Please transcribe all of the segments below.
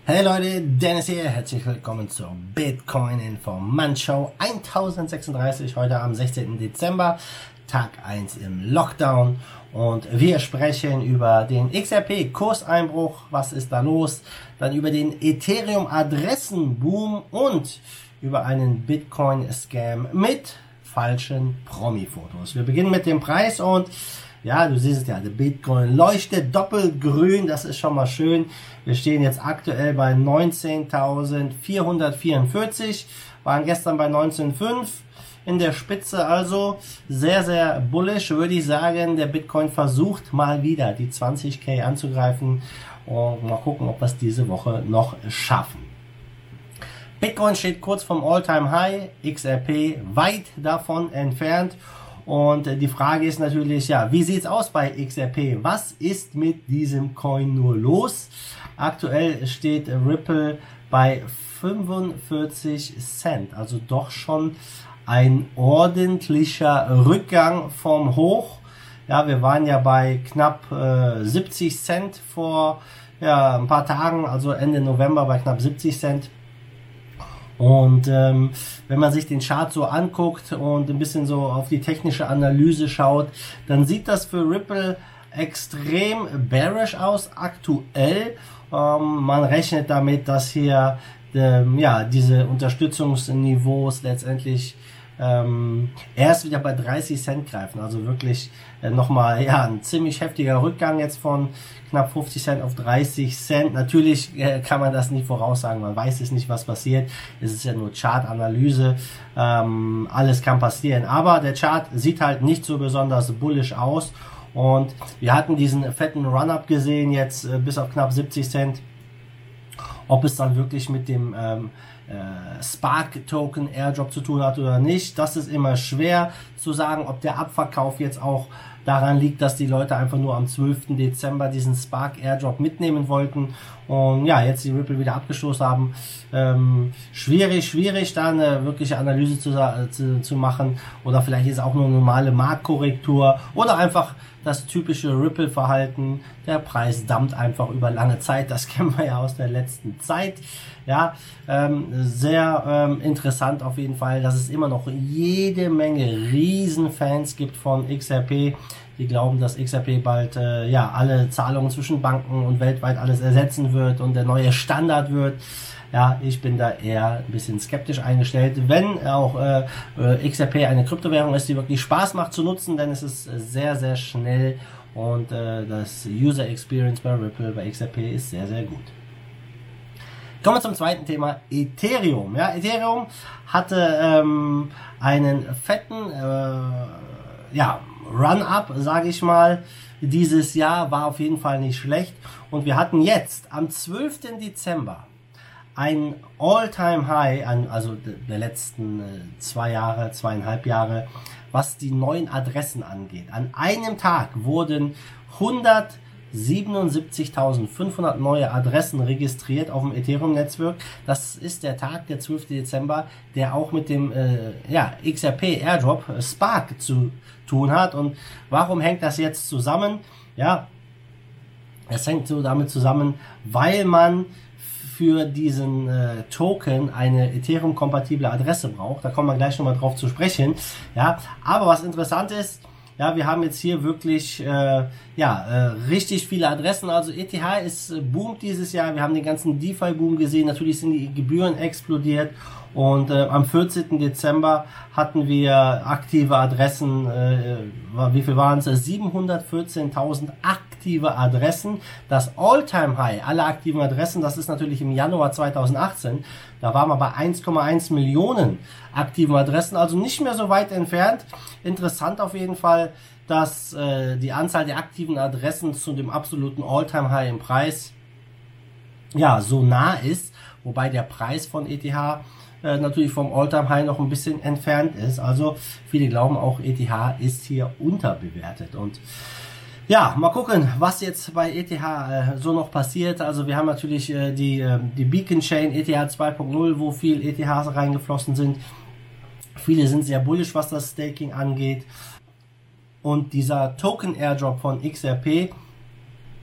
Hey Leute, Dennis hier, herzlich willkommen zur Bitcoin Informant Show 1036, heute am 16. Dezember, Tag 1 im Lockdown, und wir sprechen über den XRP-Kurseinbruch, was ist da los, dann über den Ethereum-Adressenboom und über einen Bitcoin-Scam mit falschen Promi-Fotos. Wir beginnen mit dem Preis und ja, du siehst es ja, der Bitcoin leuchtet doppelgrün, das ist schon mal schön. Wir stehen jetzt aktuell bei 19.444, waren gestern bei 19.5 in der Spitze, also sehr, sehr bullish, würde ich sagen. Der Bitcoin versucht mal wieder die 20.000 anzugreifen und mal gucken, ob wir es diese Woche noch schaffen. Bitcoin steht kurz vom All-Time-High, XRP weit davon entfernt. Und die Frage ist natürlich, ja, wie sieht's aus bei XRP? Was ist mit diesem Coin nur los? Aktuell steht Ripple bei 45 Cent, also doch schon ein ordentlicher Rückgang vom Hoch. Ja, wir waren ja bei knapp 70 Cent vor ein paar Tagen, also Ende November bei knapp 70 Cent. Und wenn man sich den Chart so anguckt und ein bisschen so auf die technische Analyse schaut, dann sieht das für Ripple extrem bearish aus aktuell. Man rechnet damit, dass hier diese Unterstützungsniveaus letztendlich erst wieder bei 30 Cent greifen, also wirklich nochmal ein ziemlich heftiger Rückgang jetzt von knapp 50 Cent auf 30 Cent. Natürlich kann man das nicht voraussagen, man weiß es nicht, was passiert. Es ist ja nur Chartanalyse, alles kann passieren, aber der Chart sieht halt nicht so besonders bullish aus und wir hatten diesen fetten Run-Up gesehen jetzt bis auf knapp 70 Cent. Ob es dann wirklich mit dem Spark Token Airdrop zu tun hat oder nicht, das ist immer schwer zu sagen, ob der Abverkauf jetzt auch daran liegt, dass die Leute einfach nur am 12. Dezember diesen Spark Airdrop mitnehmen wollten und jetzt die Ripple wieder abgestoßen haben. Schwierig da eine wirkliche Analyse zu machen, oder vielleicht ist es auch nur eine normale Marktkorrektur oder einfach das typische Ripple-Verhalten. Der Preis dampft einfach über lange Zeit, das kennen wir ja aus der letzten Zeit. Ja, sehr interessant auf jeden Fall, dass es immer noch jede Menge Riesenfans gibt von XRP, die glauben, dass XRP bald alle Zahlungen zwischen Banken und weltweit alles ersetzen wird und der neue Standard wird. Ja, ich bin da eher ein bisschen skeptisch eingestellt, wenn auch XRP eine Kryptowährung ist, die wirklich Spaß macht zu nutzen, denn es ist sehr, sehr schnell und das User Experience bei Ripple, bei XRP ist sehr, sehr gut. Kommen wir zum zweiten Thema, Ethereum. Ja, Ethereum hatte einen fetten Run-Up, sage ich mal. Dieses Jahr war auf jeden Fall nicht schlecht. Und wir hatten jetzt am 12. Dezember ein All-Time-High, also der letzten 2,5 Jahre, was die neuen Adressen angeht. An einem Tag wurden 177.500 neue Adressen registriert auf dem Ethereum-Netzwerk. Das ist der Tag, der 12. Dezember, der auch mit dem XRP Airdrop Spark zu tun hat. Und warum hängt das jetzt zusammen? Ja, es hängt so damit zusammen, weil man für diesen Token eine Ethereum-kompatible Adresse braucht. Da kommen wir gleich nochmal drauf zu sprechen. Ja, aber was interessant ist, ja, wir haben jetzt hier wirklich richtig viele Adressen. Also ETH boomt dieses Jahr. Wir haben den ganzen DeFi-Boom gesehen. Natürlich sind die Gebühren explodiert. Und am 14. Dezember hatten wir aktive Adressen. Wie viel waren es? 714.000 aktive Adressen. Das All-Time-High aller aktiven Adressen, das ist natürlich im Januar 2018. Da waren wir bei 1,1 Millionen aktiven Adressen. Also nicht mehr so weit entfernt. Interessant auf jeden Fall, dass die Anzahl der aktiven Adressen zu dem absoluten All-Time-High im Preis so nah ist, wobei der Preis von ETH natürlich vom All-Time-High noch ein bisschen entfernt ist. Also viele glauben auch, ETH ist hier unterbewertet. Und ja, mal gucken, was jetzt bei ETH so noch passiert. Also wir haben natürlich die Beacon Chain ETH 2.0, wo viel ETHs reingeflossen sind. Viele sind sehr bullish, was das Staking angeht. Und dieser Token Airdrop von XRP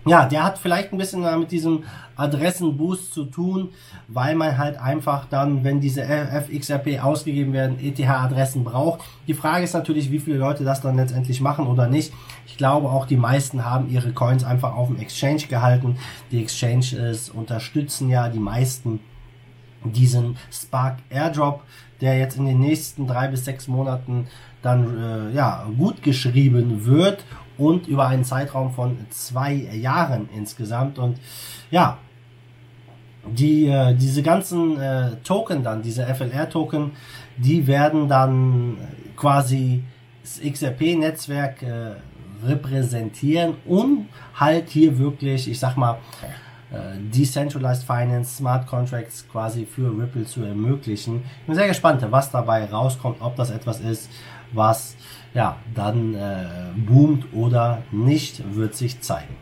Ja, der hat vielleicht ein bisschen mit diesem Adressenboost zu tun, weil man halt einfach dann, wenn diese FXRP ausgegeben werden, ETH-Adressen braucht. Die Frage ist natürlich, wie viele Leute das dann letztendlich machen oder nicht. Ich glaube auch, die meisten haben ihre Coins einfach auf dem Exchange gehalten. Die Exchanges unterstützen ja die meisten diesen Spark Airdrop, der jetzt in den nächsten 3 bis 6 Monaten dann gut geschrieben wird und über einen Zeitraum von 2 Jahren insgesamt. Und ja, diese ganzen Token dann, diese FLR-Token, die werden dann quasi das XRP-Netzwerk repräsentieren, um halt hier wirklich, ich sag mal, Decentralized Finance, Smart Contracts quasi für Ripple zu ermöglichen. Ich bin sehr gespannt, was dabei rauskommt, ob das etwas ist, was ja dann boomt oder nicht, wird sich zeigen.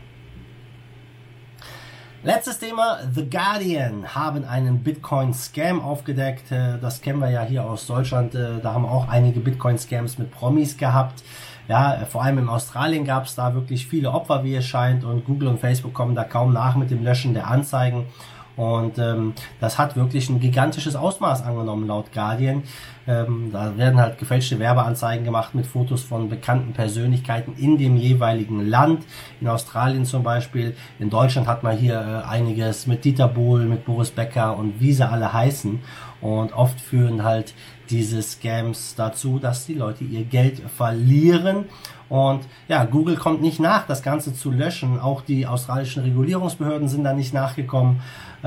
Letztes Thema, The Guardian haben einen Bitcoin-Scam aufgedeckt. Das kennen wir ja hier aus Deutschland. Da haben auch einige Bitcoin-Scams mit Promis gehabt. Ja, vor allem in Australien gab es da wirklich viele Opfer, wie es scheint. Und Google und Facebook kommen da kaum nach mit dem Löschen der Anzeigen. Und das hat wirklich ein gigantisches Ausmaß angenommen, laut Guardian. Da werden halt gefälschte Werbeanzeigen gemacht mit Fotos von bekannten Persönlichkeiten in dem jeweiligen Land. In Australien zum Beispiel. In Deutschland hat man hier einiges mit Dieter Bohlen, mit Boris Becker und wie sie alle heißen. Und oft führen halt diese Scams dazu, dass die Leute ihr Geld verlieren. Und ja, Google kommt nicht nach, das Ganze zu löschen. Auch die australischen Regulierungsbehörden sind da nicht nachgekommen.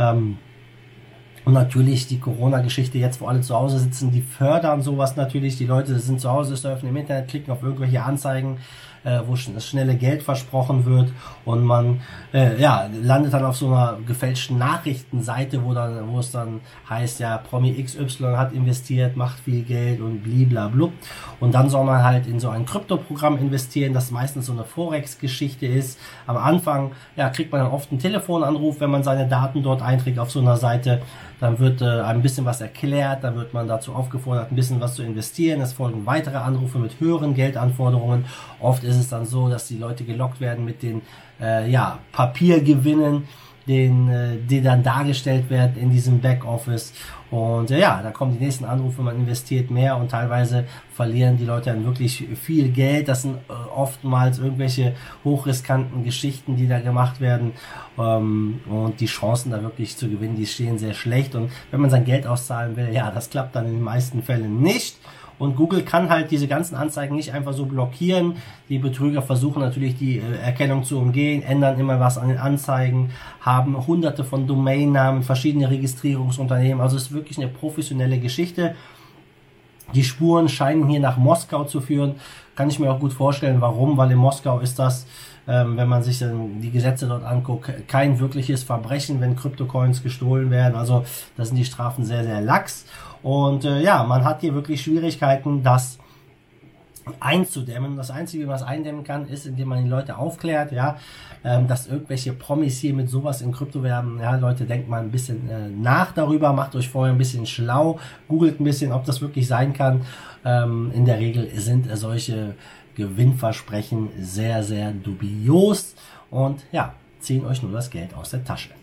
Und natürlich die Corona-Geschichte jetzt, wo alle zu Hause sitzen, die fördern sowas natürlich. Die Leute sind zu Hause, surfen im Internet, klicken auf irgendwelche Anzeigen, wo das schnelle Geld versprochen wird und man landet dann auf so einer gefälschten Nachrichtenseite, wo es dann heißt, ja, Promi XY hat investiert, macht viel Geld und bliblablub. Und dann soll man halt in so ein Kryptoprogramm investieren, das meistens so eine Forex-Geschichte ist. Am Anfang kriegt man dann oft einen Telefonanruf, wenn man seine Daten dort einträgt auf so einer Seite. Dann wird ein bisschen was erklärt, dann wird man dazu aufgefordert, ein bisschen was zu investieren. Es folgen weitere Anrufe mit höheren Geldanforderungen. Oft ist es dann so, dass die Leute gelockt werden mit den Papiergewinnen, die dann dargestellt werden in diesem Backoffice. Und da kommen die nächsten Anrufe, man investiert mehr und teilweise verlieren die Leute dann wirklich viel Geld. Das sind oftmals irgendwelche hochriskanten Geschichten, die da gemacht werden. Und die Chancen da wirklich zu gewinnen, die stehen sehr schlecht. Und wenn man sein Geld auszahlen will, das klappt dann in den meisten Fällen nicht. Und Google kann halt diese ganzen Anzeigen nicht einfach so blockieren. Die Betrüger versuchen natürlich die Erkennung zu umgehen, ändern immer was an den Anzeigen, haben hunderte von Domainnamen, verschiedene Registrierungsunternehmen. Also es ist wirklich eine professionelle Geschichte. Die Spuren scheinen hier nach Moskau zu führen. Kann ich mir auch gut vorstellen, warum, weil in Moskau ist das, wenn man sich dann die Gesetze dort anguckt, kein wirkliches Verbrechen, wenn Kryptocoins gestohlen werden. Also da sind die Strafen sehr, sehr lax. Und man hat hier wirklich Schwierigkeiten, das einzudämmen. Das Einzige, was eindämmen kann, ist, indem man die Leute aufklärt, dass irgendwelche Promis hier mit sowas in Krypto werben. Ja, Leute, denkt mal ein bisschen nach darüber, macht euch vorher ein bisschen schlau, googelt ein bisschen, ob das wirklich sein kann. In der Regel sind solche Gewinnversprechen sehr, sehr dubios und ziehen euch nur das Geld aus der Tasche.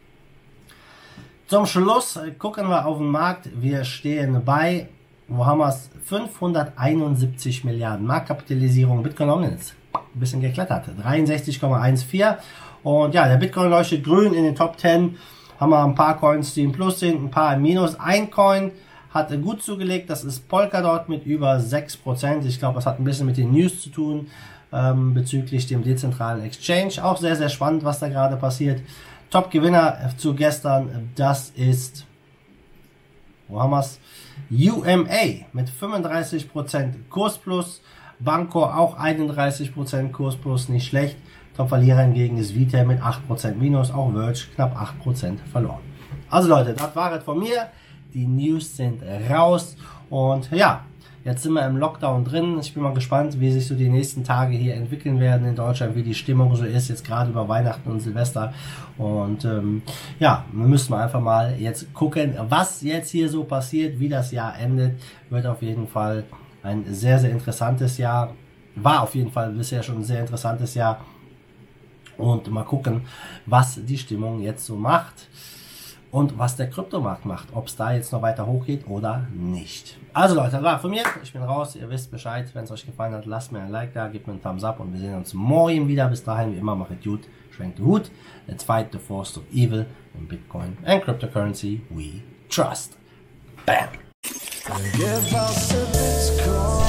Zum Schluss gucken wir auf den Markt. Wir stehen bei, wo haben wir es? 571 Milliarden Marktkapitalisierung. Bitcoin jetzt ein bisschen geklettert. 63,14. Und der Bitcoin leuchtet grün in den Top 10. Haben wir ein paar Coins, die im Plus sind, ein paar im Minus. Ein Coin hat gut zugelegt. Das ist Polkadot mit über 6%. Ich glaube, das hat ein bisschen mit den News zu tun bezüglich dem dezentralen Exchange. Auch sehr, sehr spannend, was da gerade passiert. Top-Gewinner zu gestern, das ist, wo haben wir's? UMA mit 35% Kursplus, Bancor auch 31% Kursplus, nicht schlecht. Top-Verlierer hingegen ist Vita mit 8% Minus, auch Verge knapp 8% verloren. Also Leute, das war es von mir. Die News sind raus und jetzt sind wir im Lockdown drin. Ich bin mal gespannt, wie sich so die nächsten Tage hier entwickeln werden in Deutschland, wie die Stimmung so ist, jetzt gerade über Weihnachten und Silvester. Und wir müssen einfach mal jetzt gucken, was jetzt hier so passiert, wie das Jahr endet. Wird auf jeden Fall ein sehr, sehr interessantes Jahr. War auf jeden Fall bisher schon ein sehr interessantes Jahr. Und mal gucken, was die Stimmung jetzt so macht und was der Kryptomarkt macht. Ob es da jetzt noch weiter hochgeht oder nicht. Also Leute, das war von mir. Ich bin raus. Ihr wisst Bescheid. Wenn es euch gefallen hat, lasst mir ein Like da, gebt mir einen Thumbs up und wir sehen uns morgen wieder. Bis dahin, wie immer, macht es gut. Schwenkt den Hut. Let's fight the force of evil in Bitcoin and cryptocurrency we trust. Bam!